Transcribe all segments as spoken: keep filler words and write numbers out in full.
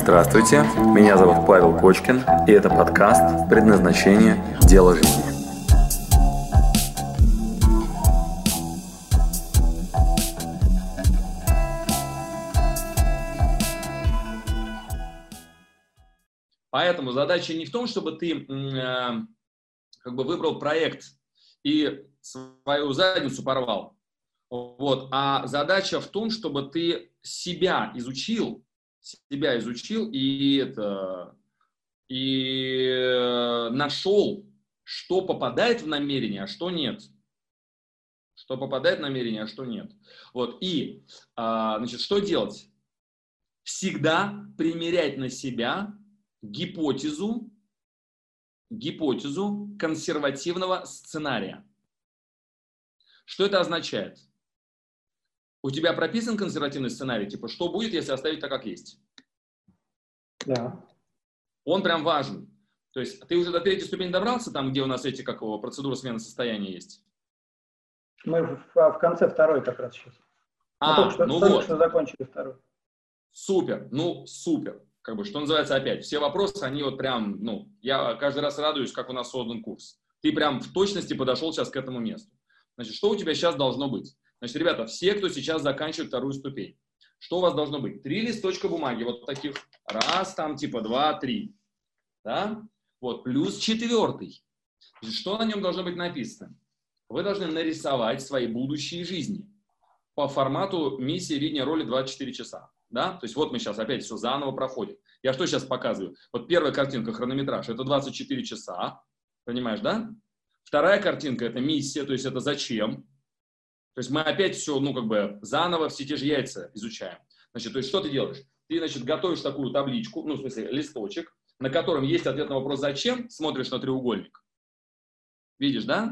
Здравствуйте, меня зовут Павел Кочкин, и это подкаст «Предназначение. Дело жизни». Поэтому задача не в том, чтобы ты э, как бы выбрал проект и свою задницу порвал, вот, а задача в том, чтобы ты себя изучил, себя изучил и, это, и нашел, что попадает в намерение, а что нет. Что попадает в намерение, а что нет. Вот, и, а, значит, что делать? Всегда примерять на себя гипотезу, гипотезу консервативного сценария. Что это означает? У тебя прописан консервативный сценарий, типа, что будет, если оставить так, как есть? Да. Он прям важен. То есть ты уже до третьей ступени добрался, там, где у нас эти, как его, процедуры смены состояния есть? Мы в, в конце второй как раз сейчас. А, Мы только что, ну только вот. что закончили второй. Супер, ну супер. Как бы, что называется, опять, все вопросы, они вот прям, ну, я каждый раз радуюсь, как у нас создан курс. Ты прям в точности подошел сейчас к этому месту. Значит, что у тебя сейчас должно быть? Значит, ребята, все, кто сейчас заканчивает вторую ступень, что у вас должно быть? Три листочка бумаги, вот таких, раз, там, типа, два, три, да? Вот, плюс четвертый. Значит, что на нем должно быть написано? Вы должны нарисовать свои будущие жизни по формату миссии, видения, роли двадцать четыре часа. Да? То есть вот мы сейчас опять все заново проходим. Я что сейчас показываю? Вот первая картинка, хронометраж, это двадцать четыре часа. Понимаешь, да? Вторая картинка, это миссия, то есть это зачем. То есть мы опять все, ну, как бы заново все те же яйца изучаем. Значит, то есть что ты делаешь? Ты, значит, готовишь такую табличку, ну, в смысле, листочек, на котором есть ответ на вопрос «Зачем?», смотришь на треугольник. Видишь, да?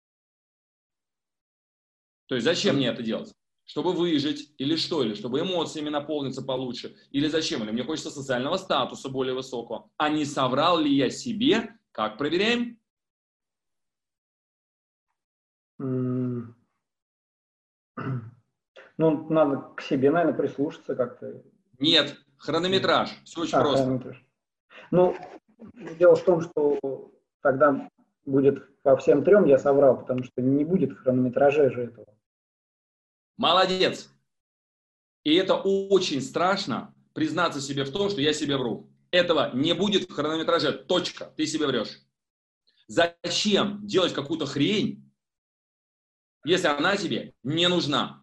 То есть зачем мне это делать? Чтобы выжить, или что? Или чтобы эмоциями наполниться получше? Или зачем? Или мне хочется социального статуса более высокого? А не соврал ли я себе? Как проверяем? Mm. Ну, надо к себе, наверное, прислушаться как-то. Нет, хронометраж. Все очень а, просто. Хронометраж. Ну, дело в том, что тогда будет по всем трем я соврал, потому что не будет в хронометраже же этого. Молодец. И это очень страшно, признаться себе в том, что я себе вру. Этого не будет в хронометраже. Точка. Ты себе врешь. Зачем делать какую-то хрень, если она тебе не нужна?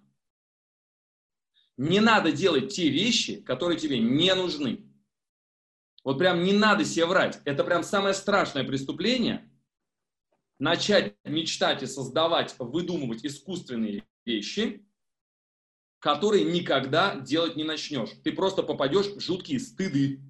Не надо делать те вещи, которые тебе не нужны. Вот прям не надо себе врать. Это прям самое страшное преступление. Начать мечтать и создавать, выдумывать искусственные вещи, которые никогда делать не начнешь. Ты просто попадешь в жуткие стыды.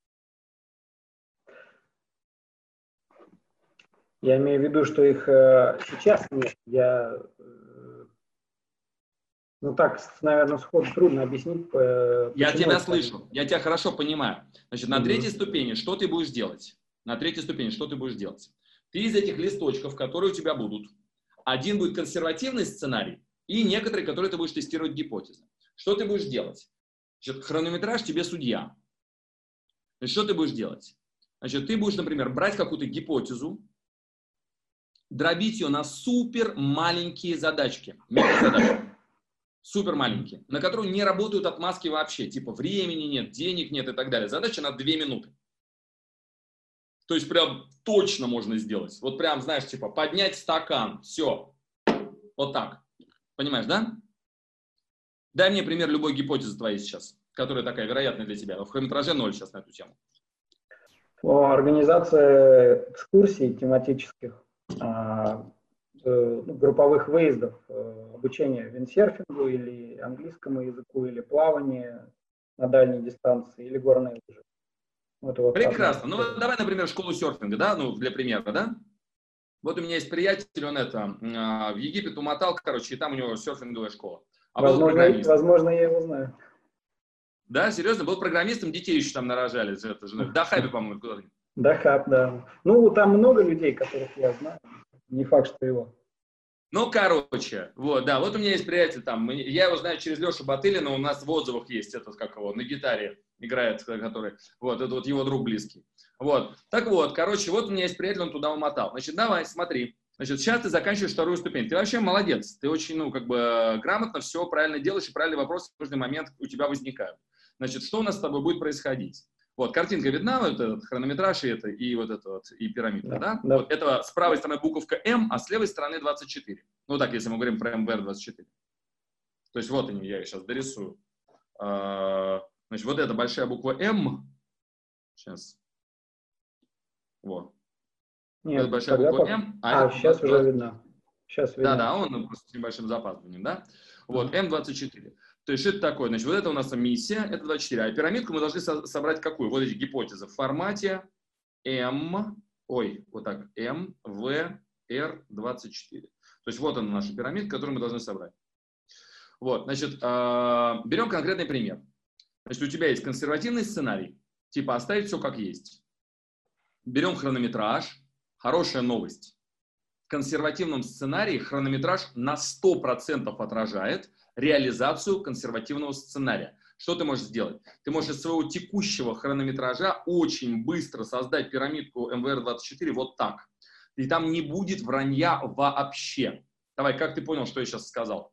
Я имею в виду, что их э, сейчас нет. Я, э, ну так, наверное, сходу трудно объяснить. Э, я тебя это... слышу, я тебя хорошо понимаю. Значит, на mm-hmm. третьей ступени что ты будешь делать? На третьей ступени что ты будешь делать? Ты из этих листочков, которые у тебя будут, один будет консервативный сценарий и некоторые, которые ты будешь тестировать гипотезы. Что ты будешь делать? Значит, хронометраж тебе судья. Значит, что ты будешь делать? Значит, ты будешь, например, брать какую-то гипотезу, дробить ее на супер маленькие задачки, микрозадачки, супер маленькие, на которые не работают отмазки вообще, типа времени нет, денег нет и так далее. Задача на две минуты. То есть прям точно можно сделать. Вот прям, знаешь, типа поднять стакан, все, вот так. Понимаешь, да? Дай мне пример любой гипотезы твоей сейчас, которая такая вероятная для тебя. В хронометраже ноль сейчас на эту тему. Организация экскурсий тематических, групповых выездов, обучения виндсерфингу или английскому языку, или плавание на дальней дистанции, или горные лыжи. Вот, вот прекрасно. Ну, вот давай, например, школу серфинга, да, ну, для примера, да? Вот у меня есть приятель, он это, в Египет умотал, короче, и там у него серфинговая школа. А возможно, возможно, я его знаю. Да, серьезно? Был программистом, детей еще там нарожали. Это же, в Дахабе, по-моему, куда-нибудь. Дахаб, да. Ну, там много людей, которых я знаю. Не факт, что его. Ну, короче, вот, да, вот у меня есть приятель там, я его знаю через Лешу Батылина, у нас в отзывах есть этот, как его, на гитаре играет, который, вот, это вот его друг близкий. Вот, так вот, короче, вот у меня есть приятель, он туда умотал. Значит, давай, смотри, значит, сейчас ты заканчиваешь вторую ступень, ты вообще молодец, ты очень, ну, как бы, грамотно все правильно делаешь, и правильные вопросы в нужный момент у тебя возникают. Значит, что у нас с тобой будет происходить? Вот, картинка видна, вот этот хронометраж и это, и вот это вот, и пирамидка, да? Да, да. Вот это с правой стороны буковка М, а с левой стороны двадцать четыре. Ну, так, если мы говорим про эм вэ эр двадцать четыре. То есть вот они, я их сейчас дорисую. Значит, вот эта большая буква М. Сейчас. Вот. Нет, это большая буква как... М. А, а сейчас уже двадцать... видно. Сейчас видно. Да, да, он просто с небольшим запаздыванием, да? Вот, эм двадцать четыре. То есть, что это такое? Значит, вот это у нас миссия, это двадцать четыре. А пирамидку мы должны со- собрать какую? Вот эти гипотезы в формате М, ой, вот так, эм вэ эр двадцать четыре. То есть, вот она наша пирамидка, которую мы должны собрать. Вот, значит, берем конкретный пример. Значит, у тебя есть консервативный сценарий, типа оставить все как есть. Берем хронометраж. Хорошая новость. В консервативном сценарии хронометраж на сто процентов отражает реализацию консервативного сценария. Что ты можешь сделать? Ты можешь из своего текущего хронометража очень быстро создать пирамидку эм вэ эр двадцать четыре вот так. И там не будет вранья вообще. Давай, как ты понял, что я сейчас сказал?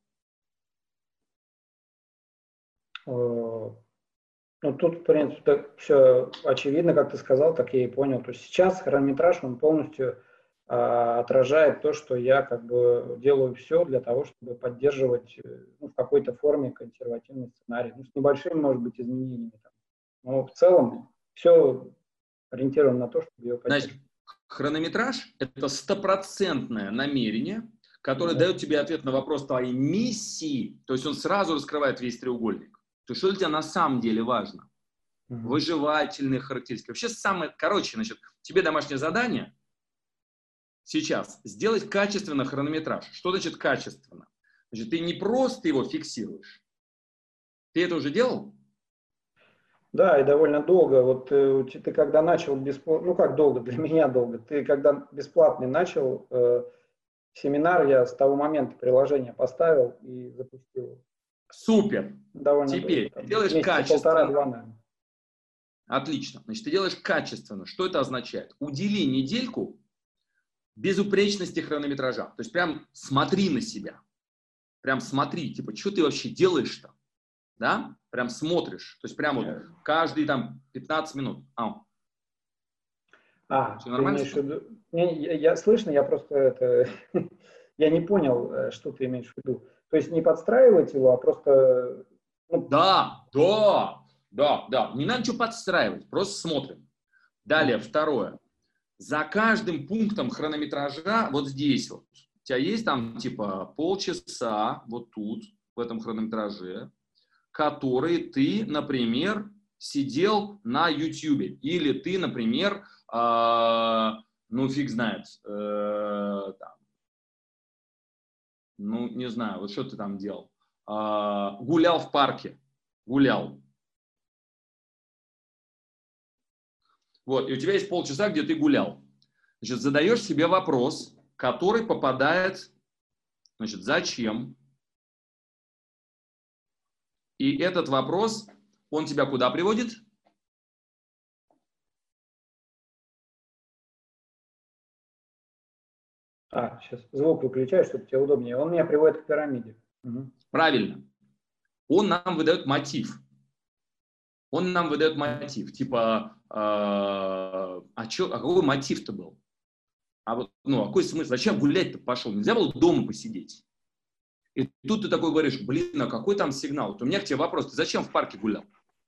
Ну, тут, в принципе, все очевидно, как ты сказал, так я и понял. То есть сейчас хронометраж, он полностью а, отражает то, что я как бы делаю все для того, чтобы поддерживать ну, в какой-то форме консервативный сценарий. Ну, с небольшими, может быть, изменениями. Там. Но в целом все ориентировано на то, чтобы его поддерживать. Значит, хронометраж – это стопроцентное намерение, которое Да. дает тебе ответ на вопрос твоей миссии. То есть он сразу раскрывает весь треугольник. То есть что для тебя на самом деле важно? Угу. Выживательные характеристики. Вообще самое, короче, значит, тебе домашнее задание сейчас сделать качественно хронометраж. Что значит качественно? Значит, ты не просто его фиксируешь. Ты это уже делал? Да, и довольно долго. Вот э, ты когда начал бесплатно, ну как долго, для меня долго, ты когда бесплатный начал э, семинар, я с того момента приложение поставил и запустил. Супер. Довольно Теперь долго, ты делаешь месяца качественно. полтора-два, наверное. Отлично. Значит, ты делаешь качественно. Что это означает? Удели недельку безупречности хронометража. То есть прям смотри на себя. Прям смотри, типа, что ты вообще делаешь-то? Да? Прям смотришь. То есть прям вот каждые там пятнадцать минут. А, а все ты нормально? имеешь в виду... Не, я, я слышно, я просто это... я не понял, что ты имеешь в виду. То есть не подстраивать его, а просто... Ну... Да, да, да, да. Не надо ничего подстраивать, просто смотрим. Далее, mm-hmm. второе. За каждым пунктом хронометража, вот здесь вот, у тебя есть там типа полчаса, вот тут, в этом хронометраже, которые ты, например, сидел на YouTube. Или ты, например, э, ну фиг знает, э, там, ну не знаю, вот что ты там делал. Э, гулял в парке, гулял. Вот, и у тебя есть полчаса, где ты гулял. Значит, задаешь себе вопрос, который попадает, значит, зачем? И этот вопрос, он тебя куда приводит? А, сейчас звук выключаю, чтобы тебе удобнее. Он меня приводит к пирамиде. Угу. Правильно. Он нам выдает мотив. Он нам выдает мотив. Типа, э, а, чё, а какой мотив-то был? А вот, ну, а какой смысл? Зачем гулять-то пошел? Нельзя было дома посидеть. И тут ты такой говоришь, блин, а какой там сигнал? Вот у меня к тебе вопрос, ты зачем в парке гулял?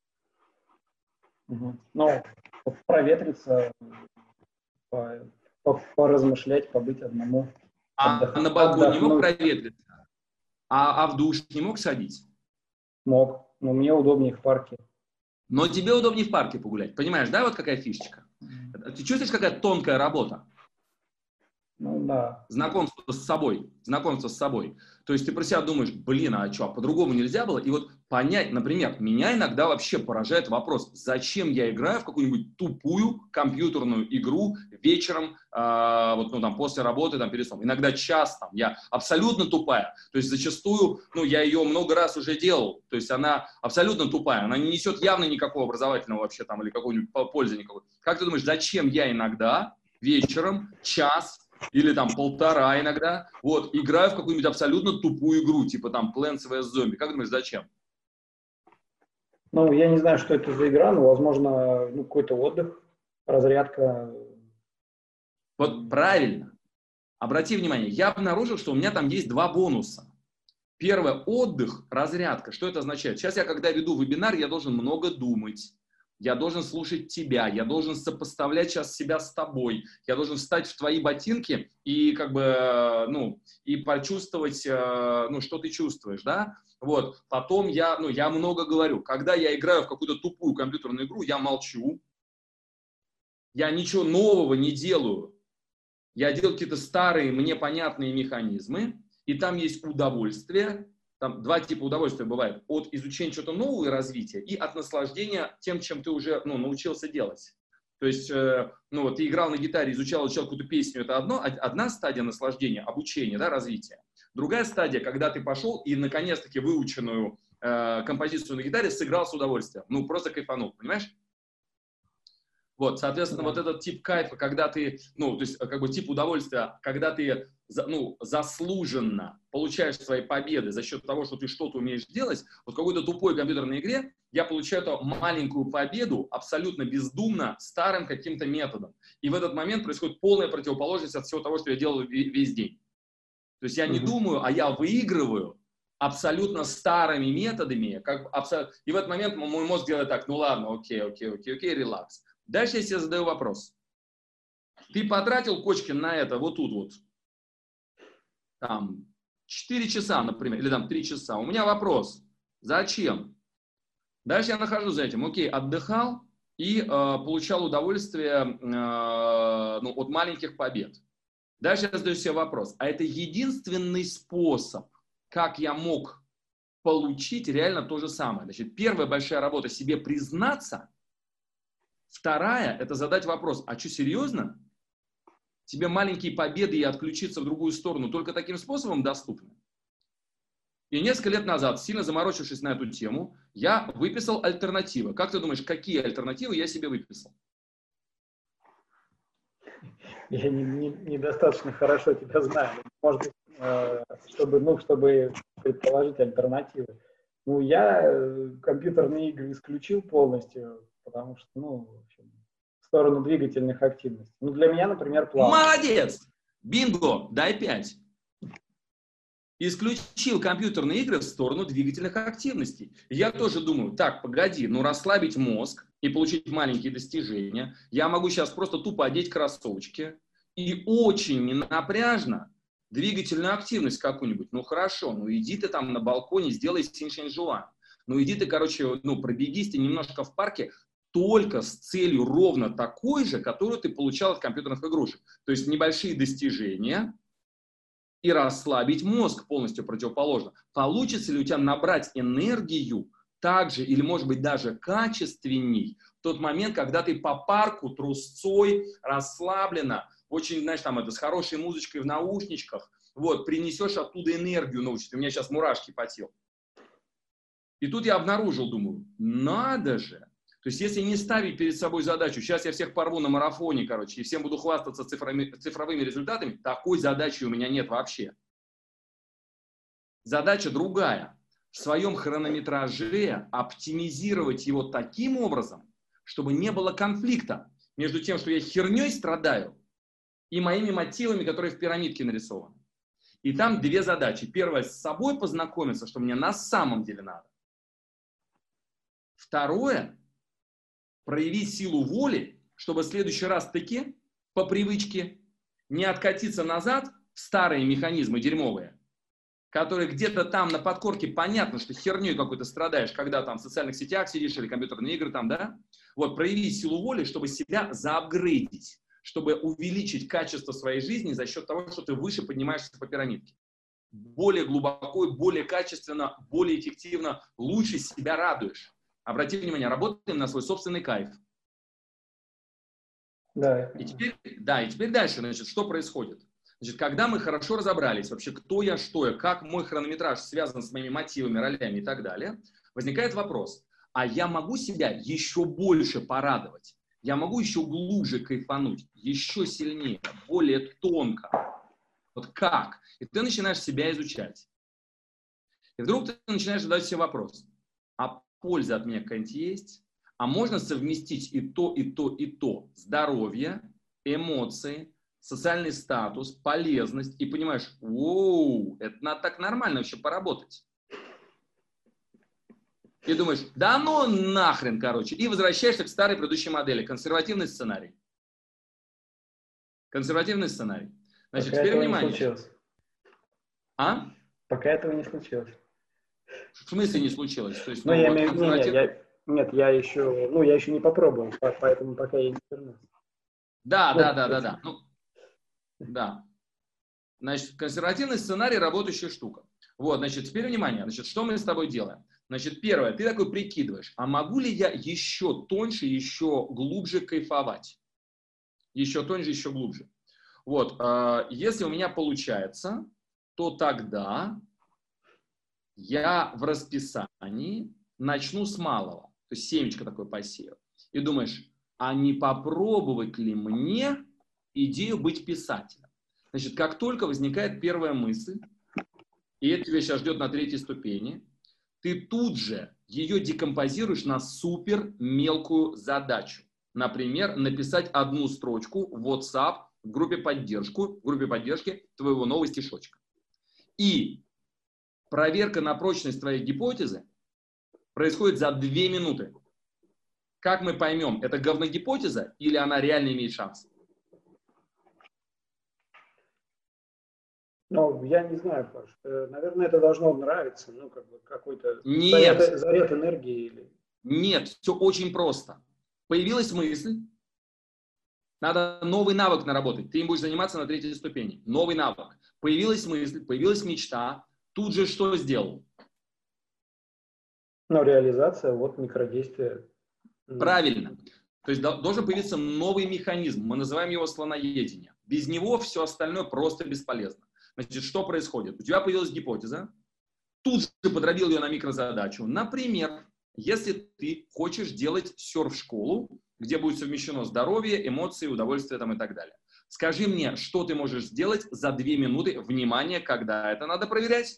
Угу. Ну, проветриться, по, по, поразмышлять, побыть одному. А отдох... на балкон отдохнуть. не мог проветриться? А, а в душ не мог сходить? Мог, но мне удобнее в парке. Но тебе удобнее в парке погулять. Понимаешь, да, вот какая фишечка? Ты чувствуешь, какая тонкая работа? Ну да. Знакомство с собой. Знакомство с собой. То есть ты про себя думаешь, блин, а что, по-другому нельзя было? И вот понять, например, меня иногда вообще поражает вопрос, зачем я играю в какую-нибудь тупую компьютерную игру вечером, э, вот, ну, там, после работы, там, перед сном. Иногда час, там, я абсолютно тупая. То есть зачастую, ну, я ее много раз уже делал. То есть она абсолютно тупая. Она не несет явно никакого образовательного вообще там или какой-нибудь пользы никакой. Как ты думаешь, зачем я иногда вечером час или там полтора иногда, вот, играю в какую-нибудь абсолютно тупую игру, типа там Plants версус. Zombies. Как думаешь, зачем? Ну, я не знаю, что это за игра, но, возможно, ну, какой-то отдых, разрядка. Вот правильно. Обрати внимание, я обнаружил, что у меня там есть два бонуса. Первое, отдых, разрядка. Что это означает? Сейчас я, когда веду вебинар, я должен много думать. Я должен слушать тебя, я должен сопоставлять сейчас себя с тобой, я должен встать в твои ботинки и как бы, ну, и почувствовать, ну, что ты чувствуешь, да? Вот, потом я, ну, я много говорю. Когда я играю в какую-то тупую компьютерную игру, я молчу, я ничего нового не делаю. Я делаю какие-то старые, мне понятные механизмы, и там есть удовольствие. Там два типа удовольствия бывает. От изучения чего-то нового и развития, и от наслаждения тем, чем ты уже, ну, научился делать. То есть, э, ну, вот ты играл на гитаре, изучал, изучал какую-то песню, это одно, одна стадия наслаждения, обучения, да, развития. Другая стадия, когда ты пошел и, наконец-таки, выученную э, композицию на гитаре сыграл с удовольствием. Ну, просто кайфанул, понимаешь? Вот, соответственно, вот этот тип кайфа, когда ты, ну, то есть, как бы тип удовольствия, когда ты, ну, заслуженно получаешь свои победы за счет того, что ты что-то умеешь делать, вот в какой-то тупой компьютерной игре я получаю эту маленькую победу абсолютно бездумно, старым каким-то методом. И в этот момент происходит полная противоположность от всего того, что я делал весь день. То есть я не думаю, а я выигрываю абсолютно старыми методами, как абсолютно... и в этот момент мой мозг делает так, ну ладно, окей, окей, окей, окей, релакс. Дальше я себе задаю вопрос. Ты потратил, Кочкин, на это вот тут вот, там, четыре часа, например, или там три часа. У меня вопрос. Зачем? Дальше я нахожусь за этим. Окей, отдыхал и э, получал удовольствие э, ну, от маленьких побед. Дальше я задаю себе вопрос. А это единственный способ, как я мог получить реально то же самое? Значит, первая большая работа — себе признаться. Вторая — это задать вопрос, а что, серьезно? Тебе маленькие победы и отключиться в другую сторону только таким способом доступны? И несколько лет назад, сильно заморочившись на эту тему, я выписал альтернативы. Как ты думаешь, какие альтернативы я себе выписал? Я не, не, недостаточно хорошо тебя знаю. Может быть, э, чтобы, ну, чтобы предположить альтернативы. Ну, я компьютерные игры исключил полностью, потому что, ну, в общем, в сторону двигательных активностей. Ну, для меня, например, плавание. Молодец! Бинго! Дай пять. Исключил компьютерные игры в сторону двигательных активностей. Я тоже думаю, так, погоди, ну расслабить мозг и получить маленькие достижения. Я могу сейчас просто тупо одеть кроссовочки и очень ненапряжно двигательную активность какую-нибудь. Ну хорошо, ну иди ты там на балконе, сделай синь-шэнь-жуан. Ну иди ты, короче, ну пробегись ты немножко в парке, только с целью ровно такой же, которую ты получал от компьютерных игрушек. То есть небольшие достижения и расслабить мозг полностью противоположно. Получится ли у тебя набрать энергию так же или, может быть, даже качественней в тот момент, когда ты по парку трусцой, расслабленно, очень, знаешь, там это с хорошей музычкой в наушничках, вот, принесешь оттуда энергию научиться. У меня сейчас мурашки по телу. И тут я обнаружил, думаю, надо же. То есть, если не ставить перед собой задачу, сейчас я всех порву на марафоне, короче, и всем буду хвастаться цифрами, цифровыми результатами, такой задачи у меня нет вообще. Задача другая. В своем хронометраже оптимизировать его таким образом, чтобы не было конфликта между тем, что я херней страдаю, и моими мотивами, которые в пирамидке нарисованы. И там две задачи. Первая — с собой познакомиться, что мне на самом деле надо. Второе — проявить силу воли, чтобы в следующий раз таки, по привычке, не откатиться назад в старые механизмы дерьмовые, которые где-то там на подкорке понятно, что херней какой-то страдаешь, когда там в социальных сетях сидишь или компьютерные игры там, да? Вот, проявить силу воли, чтобы себя заапгрейдить, чтобы увеличить качество своей жизни за счет того, что ты выше поднимаешься по пирамидке. более глубоко, более качественно, более эффективно, лучше себя радуешь. Обрати внимание, работаем на свой собственный кайф. Да. И теперь, да, и теперь дальше, значит, что происходит? Значит, когда мы хорошо разобрались, вообще, кто я, что я, как мой хронометраж связан с моими мотивами, ролями и так далее, возникает вопрос, а я могу себя еще больше порадовать? Я могу еще глубже кайфануть, еще сильнее, более тонко? Вот как? И ты начинаешь себя изучать. И вдруг ты начинаешь задать себе вопрос, а польза от меня какая-нибудь есть? А можно совместить и то, и то, и то? Здоровье, эмоции, социальный статус, полезность. И понимаешь, воу, это надо так нормально вообще поработать. И думаешь, да ну нахрен, короче. И возвращаешься к старой предыдущей модели. Консервативный сценарий. Консервативный сценарий. Значит, Пока теперь этого внимание. не случилось. А? Пока этого не случилось. В смысле не случилось? То есть, Ну, ну, я вот имею в виду, консерватив... нет, я, нет, я еще, ну, я еще не попробовал, поэтому пока я не вернулся. Да, Ну, да, да, да, да. Ну, да. Значит, консервативный сценарий – работающая штука. Вот, значит, теперь внимание. Значит, что мы с тобой делаем? Значит, первое, ты такой прикидываешь, а могу ли я еще тоньше, еще глубже кайфовать? Еще тоньше, еще глубже. Вот, э, если у меня получается, то тогда я в расписании начну с малого. То есть семечко такое посею. И думаешь, а не попробовать ли мне идею быть писателем? Значит, как только возникает первая мысль, и это тебя сейчас ждет на третьей ступени, ты тут же ее декомпозируешь на супер мелкую задачу. Например, написать одну строчку в WhatsApp в группе, поддержку, в группе поддержки твоего нового стишочка. И проверка на прочность твоей гипотезы происходит за две минуты. Как мы поймем, это говногипотеза или она реально имеет шанс? Ну, я не знаю, Паш. Наверное, это должно нравиться. Ну, как бы какой-то Нет. заряд, заряд энергии. Или... Нет, все очень просто. Появилась мысль, надо новый навык наработать. Ты им будешь заниматься на третьей ступени. Новый навык. Появилась мысль, появилась мечта. Тут же что сделал? Ну, реализация, вот микродействие. Правильно. То есть должен появиться новый механизм. Мы называем его слоноедение. Без него все остальное просто бесполезно. Значит, что происходит? У тебя появилась гипотеза, тут же подробил ее на микрозадачу. Например, если ты хочешь делать серф-школу, где будет совмещено здоровье, эмоции, удовольствие там, и так далее. Скажи мне, что ты можешь сделать за две минуты, внимание, когда это надо проверять?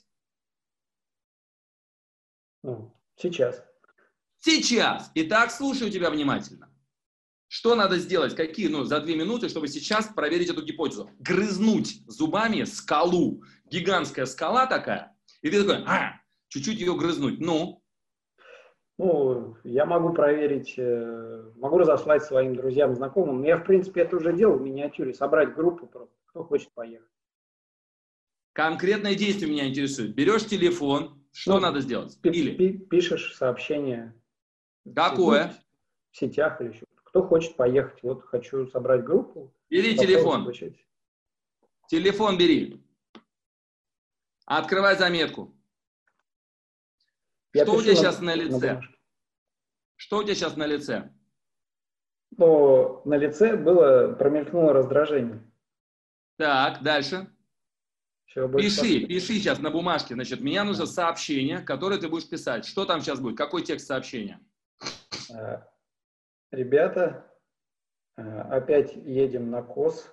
Ну, сейчас. Сейчас. Итак, слушаю тебя внимательно. Что надо сделать? Какие, ну, за две минуты, чтобы сейчас проверить эту гипотезу? Грызнуть зубами скалу. Гигантская скала такая. И ты такой, а, чуть-чуть ее грызнуть. Ну? Ну, я могу проверить, могу разослать своим друзьям, знакомым. Я, в принципе, это уже делал в миниатюре. Собрать группу просто, кто хочет поехать. Конкретное действие меня интересует. Берешь телефон, что ну, надо сделать? Или? Пишешь сообщение. Какое? В сетях или еще. Кто хочет поехать? Вот хочу собрать группу. Бери телефон. Получить. Телефон бери. Открывай заметку. Я что у тебя на, сейчас на лице? На что у тебя сейчас на лице? Ну, на лице было, промелькнуло раздражение. Так, дальше. Пиши, посмотреть. Пиши сейчас на бумажке. Значит, мне нужно сообщение, которое ты будешь писать. Что там сейчас будет? Какой текст сообщения? Ребята, опять едем на КОС.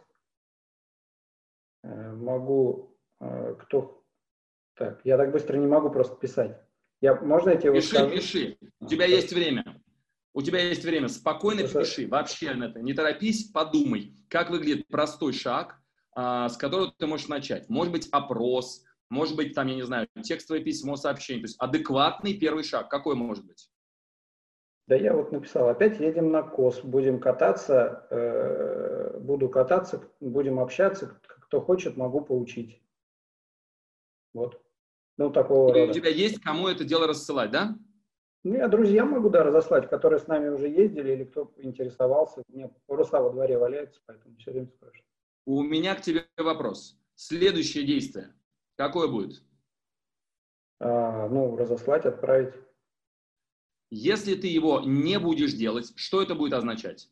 Могу, кто... Так, я так быстро не могу просто писать. Я, можно я тебе Пиши, скажу? пиши. У тебя есть время. У тебя есть время. Спокойно просто... пиши. Вообще на это. Не торопись, подумай, как выглядит простой шаг, а, с которого ты можешь начать. Может быть, опрос, может быть, там, я не знаю, текстовое письмо, сообщение. То есть адекватный первый шаг. Какой может быть? Да я вот написал, опять едем на КОС, будем кататься, э, буду кататься, будем общаться, кто хочет, могу поучить. Вот. Ну, такого И рода. у тебя есть кому это дело рассылать, да? Ну, я друзьям могу, да, разослать, которые с нами уже ездили или кто интересовался. У меня паруса во дворе валяются, поэтому все время спрашиваю. У меня к тебе вопрос. Следующее действие. Какое будет? А, ну, разослать, отправить. Если ты его не будешь делать, что это будет означать?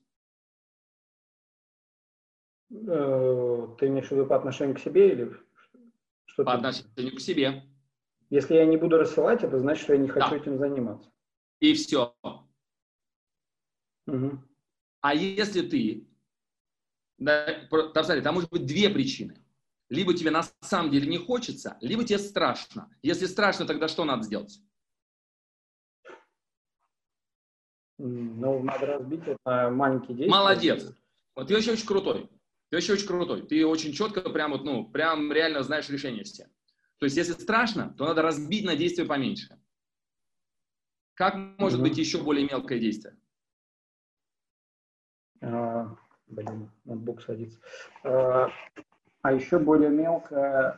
Э, Ты имеешь в виду по отношению к себе или что По ты? отношению к себе. Если я не буду рассылать, это значит, что я не хочу Да. этим заниматься. И все. Угу. А если ты... Да, там, смотри, там может быть две причины. Либо тебе на самом деле не хочется, либо тебе страшно. Если страшно, тогда что надо сделать? Ну, надо разбить это на маленькие действия. Молодец. Вот ты вообще очень крутой. Ты вообще очень крутой. Ты очень четко, прям вот, ну, прям реально знаешь решения все. То есть, если страшно, то надо разбить на действия поменьше. Как может Угу. быть еще более мелкое действие? А, блин, ноутбук садится. А, а еще более мелкое...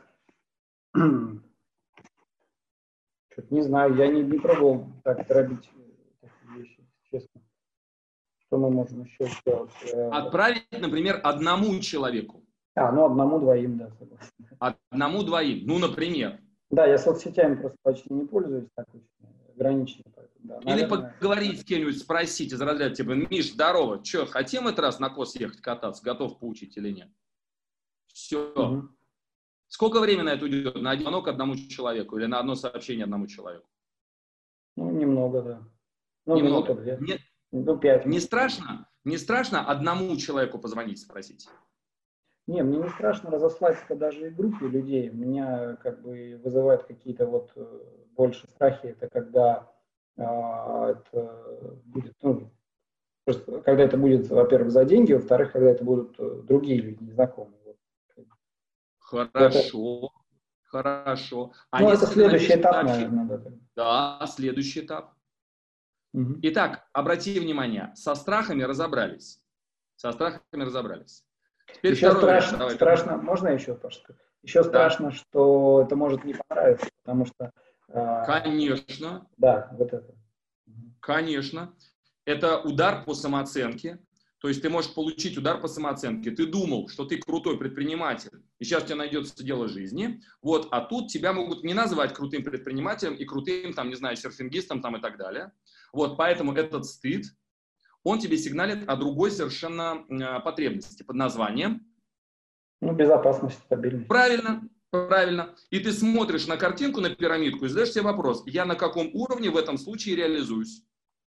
Что-то не знаю, я не, не пробовал так дробить такие вещи, честно. Что мы можем еще сделать? Отправить, например, одному человеку. А, ну одному-двоим, да, согласен. Одному-двоим. Ну, например. Да, я соцсетями просто почти не пользуюсь, так очень ограниченно. Да, Или наверное... поговорить с кем-нибудь, спросить из разряда, типа, Миш, здорово, что, хотим этот раз на кос ехать кататься, готов поучить или нет? Все. Угу. Сколько времени на это уйдет? На один звонок одному человеку или на одно сообщение одному человеку? Ну, немного, да. Ну, Немного. минута, две. Не, Ну, пять. не страшно? Не страшно одному человеку позвонить, спросить? Не, мне не страшно разослать это даже и группе людей. Меня как бы вызывают какие-то вот больше страхи. Это когда а, это будет, ну, просто, когда это будет, во-первых, за деньги, во-вторых, когда это будут другие люди, незнакомые. Хорошо, это... хорошо. А ну, если это следующий этап, сообщить... наверное. Да, да, следующий этап. Угу. Итак, обрати внимание, со страхами разобрались. Со страхами разобрались. Теперь еще страшно, Давай, страшно, можно еще, Паша? Еще да. страшно, что это может не понравиться, потому что... Э, Конечно. Да, вот это. Конечно. Это удар по самооценке. То есть ты можешь получить удар по самооценке. Ты думал, что ты крутой предприниматель, и сейчас у тебя найдется дело жизни. Вот, а тут тебя могут не называть крутым предпринимателем и крутым, там, не знаю, серфингистом там, и так далее. Вот, поэтому этот стыд, он тебе сигналит о другой совершенно э, потребности под названием... Ну, безопасность, стабильность. Правильно, правильно. И ты смотришь на картинку, на пирамидку и задаешь себе вопрос, я на каком уровне в этом случае реализуюсь?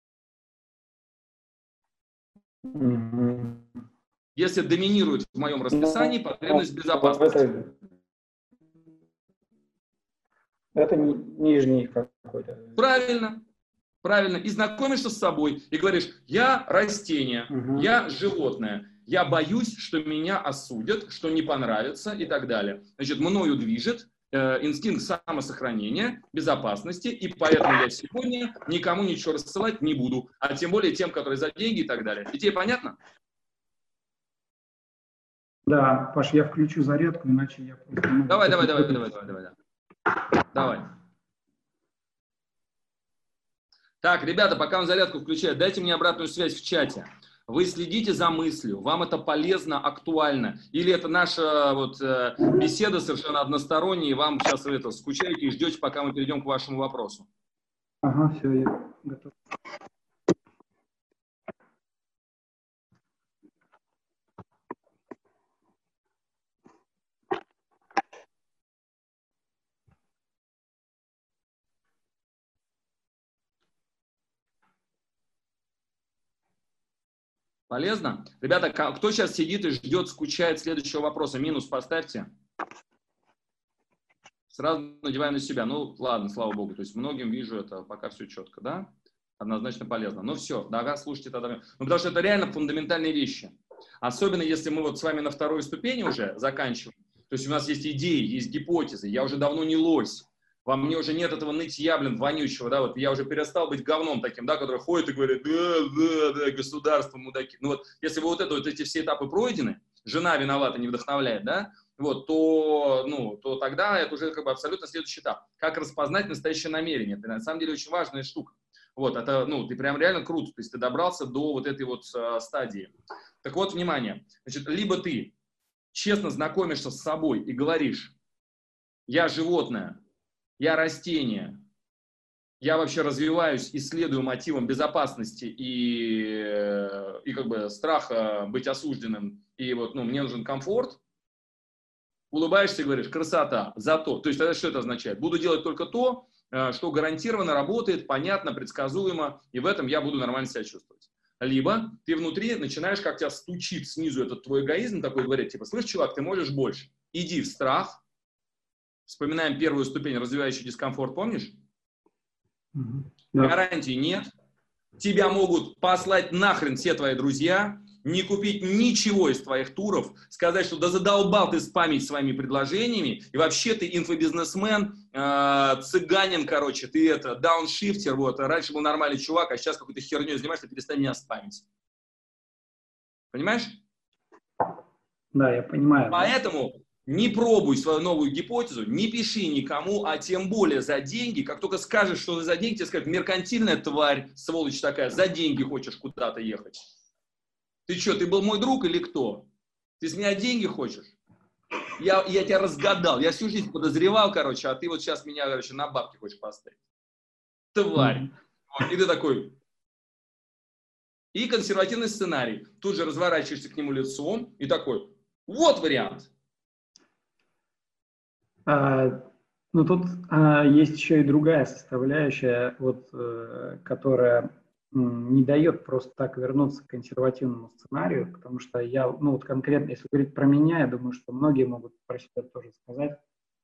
Mm-hmm. Если доминирует в моем расписании ну, потребность безопасности. Это, это нижний какой-то. Правильно. Правильно. И знакомишься с собой и говоришь, я растение, угу. я животное, я боюсь, что меня осудят, что не понравится и так далее. Значит, мною движет э, инстинкт самосохранения, безопасности, и поэтому я сегодня никому ничего рассылать не буду, а тем более тем, которые за деньги и так далее. И тебе понятно? Да, Паш, я включу зарядку, иначе я просто... Ну, давай, давай, давай, давай, давай, давай, давай. Давай. Так, ребята, пока он зарядку включает, дайте мне обратную связь в чате. Вы следите за мыслью, вам это полезно, актуально. Или это наша вот, э, беседа совершенно односторонняя, и вам сейчас вы это скучаете и ждете, пока мы перейдем к вашему вопросу. Ага, все, я готов. Полезно? Ребята, кто сейчас сидит и ждет, скучает следующего вопроса? Минус поставьте. Сразу надеваем на себя. Ну, ладно, слава богу. То есть многим вижу это, пока все четко, да? Однозначно полезно. Ну все, да, слушайте тогда. Ну, потому что это реально фундаментальные вещи. Особенно, если мы вот с вами на второй ступени уже заканчиваем. То есть у нас есть идеи, есть гипотезы. Я уже давно не лось. Во мне уже нет этого нытья, блин, вонючего, да, вот я уже перестал быть говном таким, да, который ходит и говорит, да, да, да, государство, мудаки. Ну вот, если вы вот, это, вот эти все этапы пройдены, жена виновата, не вдохновляет, да, вот, то, ну, то тогда это уже как бы абсолютно следующий этап. Как распознать настоящее намерение? Это на самом деле очень важная штука. Вот, это, ну, ты прям реально круто, то есть ты добрался до вот этой вот э, стадии. Так вот, внимание, значит, либо ты честно знакомишься с собой и говоришь, я животное, я растение, я вообще развиваюсь, исследую мотивом безопасности и, и как бы страха быть осужденным, и вот, ну, мне нужен комфорт, улыбаешься и говоришь, красота, зато. То есть тогда что это означает? Буду делать только то, что гарантированно работает, понятно, предсказуемо, и в этом я буду нормально себя чувствовать. Либо ты внутри начинаешь, как тебя стучит снизу этот твой эгоизм, такой говорит, типа, слышь, чувак, ты можешь больше. Иди в страх. Вспоминаем первую ступень, развивающий дискомфорт, помнишь? Mm-hmm. Гарантии нет. Тебя могут послать нахрен все твои друзья, не купить ничего из твоих туров, сказать, что да задолбал ты спамить своими предложениями, и вообще ты инфобизнесмен, э, цыганин, короче, ты это, дауншифтер, вот, раньше был нормальный чувак, а сейчас какой-то херней занимаешься, перестань меня спамить. Понимаешь? Да, я понимаю. Поэтому не пробуй свою новую гипотезу, не пиши никому, а тем более за деньги. Как только скажешь, что за деньги, тебе скажут, меркантильная тварь, сволочь такая, за деньги хочешь куда-то ехать. Ты что, ты был мой друг или кто? Ты с меня деньги хочешь? Я, я тебя разгадал, я всю жизнь подозревал, короче, а ты вот сейчас меня, короче, на бабки хочешь поставить. Тварь. Mm-hmm. Вот, и ты такой... И консервативный сценарий. Тут же разворачиваешься к нему лицом и такой, вот вариант. А, ну, тут а, есть еще и другая составляющая, вот, э, которая м, не дает просто так вернуться к консервативному сценарию, потому что я, ну, вот конкретно, если говорить про меня, я думаю, что многие могут про себя тоже сказать,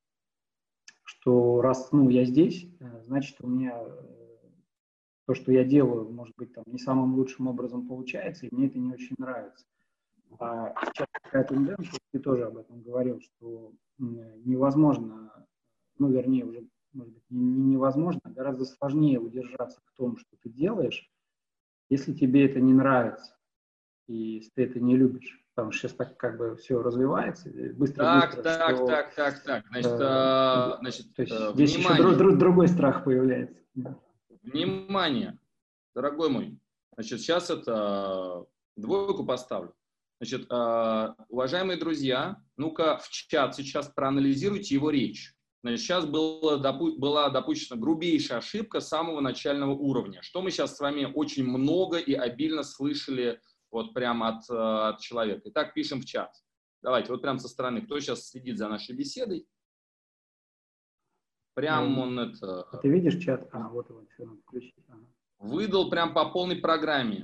что раз, ну, я здесь, значит, у меня то, что я делаю, может быть, там, не самым лучшим образом получается, и мне это не очень нравится. А сейчас такая тенденция, ты тоже об этом говорил, что невозможно, ну, вернее, уже, может быть, не невозможно, а гораздо сложнее удержаться в том, что ты делаешь, если тебе это не нравится, и если ты это не любишь. Потому что сейчас так как бы все развивается, быстро, так, быстро, так, что, так, так, так, значит, э, значит то есть э, здесь внимание. еще друг, другой страх появляется. Внимание, дорогой мой, значит, сейчас это двойку поставлю. Значит, уважаемые друзья, ну-ка в чат сейчас проанализируйте его речь. Значит, сейчас было, допу- была допущена грубейшая ошибка самого начального уровня, что мы сейчас с вами очень много и обильно слышали вот прямо от, от человека. Итак, пишем в чат. Давайте, вот прям со стороны, кто сейчас следит за нашей беседой. Прям он это... А ты видишь чат? А, вот его, все, надо включить. Ага. Выдал прям по полной программе.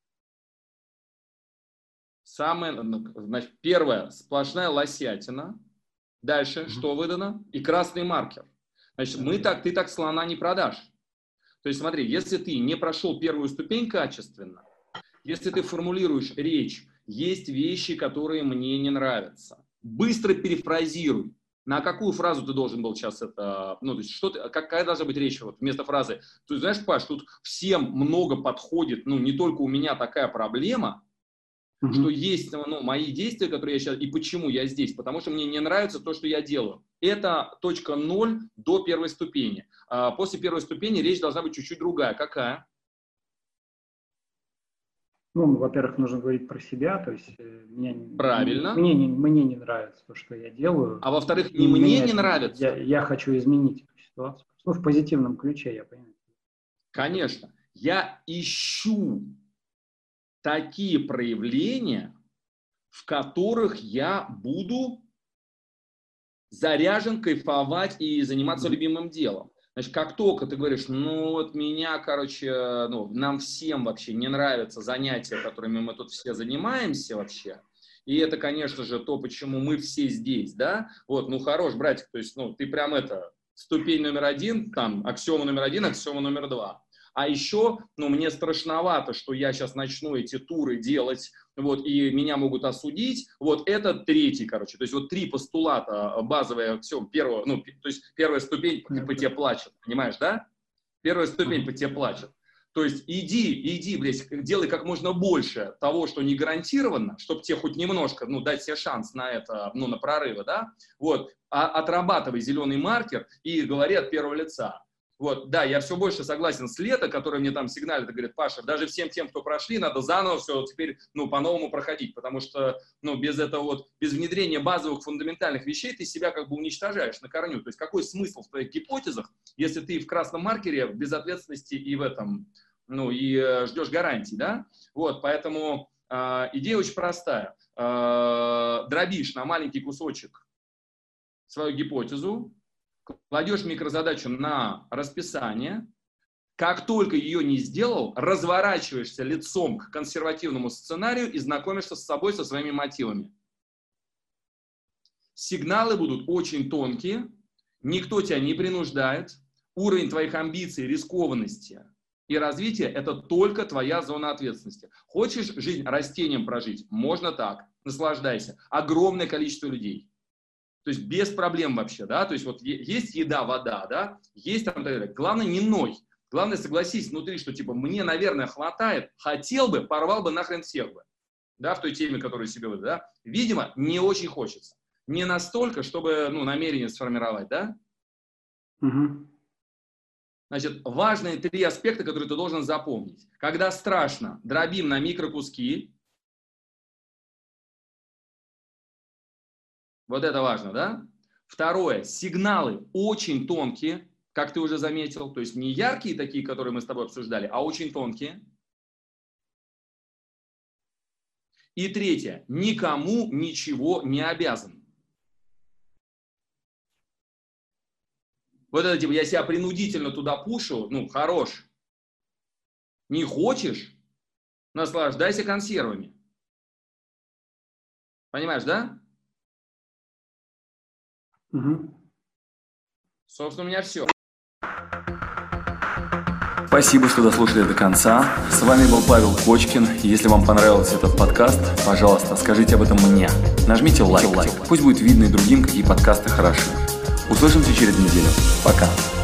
Самое, значит, первое, сплошная лосятина. Дальше, mm-hmm. что выдано? И красный маркер. Значит, мы так, ты так слона не продашь. То есть смотри, если ты не прошел первую ступень качественно, если ты формулируешь речь, есть вещи, которые мне не нравятся. Быстро перефразируй. На какую фразу ты должен был сейчас это, ну, то есть, что ты, какая должна быть речь вот, вместо фразы? Ты знаешь, Паш, тут всем много подходит, ну, не только у меня такая проблема, mm-hmm. что есть, ну, мои действия, которые я сейчас, и почему я здесь, потому что мне не нравится то, что я делаю. Это точка ноль до первой ступени. А после первой ступени речь должна быть чуть-чуть другая. Какая? Ну, во-первых, нужно говорить про себя, то есть мне, правильно. Мне, мне, мне не нравится то, что я делаю. А во-вторых, не мне не нравится. Я, я хочу изменить эту ситуацию. Ну, в позитивном ключе, я понимаю. Конечно. Я ищу такие проявления, в которых я буду заряжен, кайфовать и заниматься mm-hmm. любимым делом. Значит, как только ты говоришь, ну вот меня, короче, ну, нам всем вообще не нравятся занятия, которыми мы тут все занимаемся вообще, и это, конечно же, то, почему мы все здесь, да, вот, ну, хорош, братик, то есть, ну, ты прям это, ступень номер один, там, аксиома номер один, аксиома номер два. А еще, ну, мне страшновато, что я сейчас начну эти туры делать, вот, и меня могут осудить. Вот это третий, короче. То есть вот три постулата базовые аксиом первого, ну, то есть первая ступень по, по тебе плачет, понимаешь, да? Первая ступень по тебе плачет. То есть иди, иди, блядь, делай как можно больше того, что не гарантированно, чтобы тебе хоть немножко, ну, дать себе шанс на это, ну, на прорывы, да? Вот, а, отрабатывай зеленый маркер и говори от первого лица. Вот, да, я все больше согласен с Лето, который мне там сигналит и говорит: Паша, даже всем тем, кто прошли, надо заново все теперь, ну, по-новому проходить, потому что, ну, без этого вот, без внедрения базовых фундаментальных вещей ты себя как бы уничтожаешь на корню. То есть какой смысл в твоих гипотезах, если ты в красном маркере, в безответственности и в этом, ну, и э, ждешь гарантий, да? Вот, поэтому э, идея очень простая. Э, дробишь на маленький кусочек свою гипотезу, кладешь микрозадачу на расписание, как только ее не сделал, разворачиваешься лицом к консервативному сценарию и знакомишься с собой, со своими мотивами. Сигналы будут очень тонкие, никто тебя не принуждает, уровень твоих амбиций, рискованности и развития – это только твоя зона ответственности. Хочешь жизнь растением прожить? Можно так, наслаждайся. Огромное количество людей. То есть без проблем вообще, да, то есть вот есть еда, вода, да, есть там так далее. Главное, не ной. Главное, согласись внутри, что типа мне, наверное, хватает, хотел бы, порвал бы нахрен всех бы, да, в той теме, которую себе выдал, да. Видимо, не очень хочется. Не настолько, чтобы, ну, намерение сформировать, да. Угу. Значит, важные три аспекта, которые ты должен запомнить. Когда страшно, дробим на микрокуски. Вот это важно, да? Второе. Сигналы очень тонкие, как ты уже заметил. То есть не яркие такие, которые мы с тобой обсуждали, а очень тонкие. И третье. Никому ничего не обязан. Вот это типа, я себя принудительно туда пушу, ну, хорош. Не хочешь? Наслаждайся консервами. Понимаешь, да? Угу. Собственно, у меня все. Спасибо, что дослушали до конца. С вами был Павел Кочкин. Если вам понравился этот подкаст, пожалуйста, скажите об этом мне. Нажмите лайк. Пусть будет видно и другим, какие подкасты хороши. Услышимся через неделю. Пока.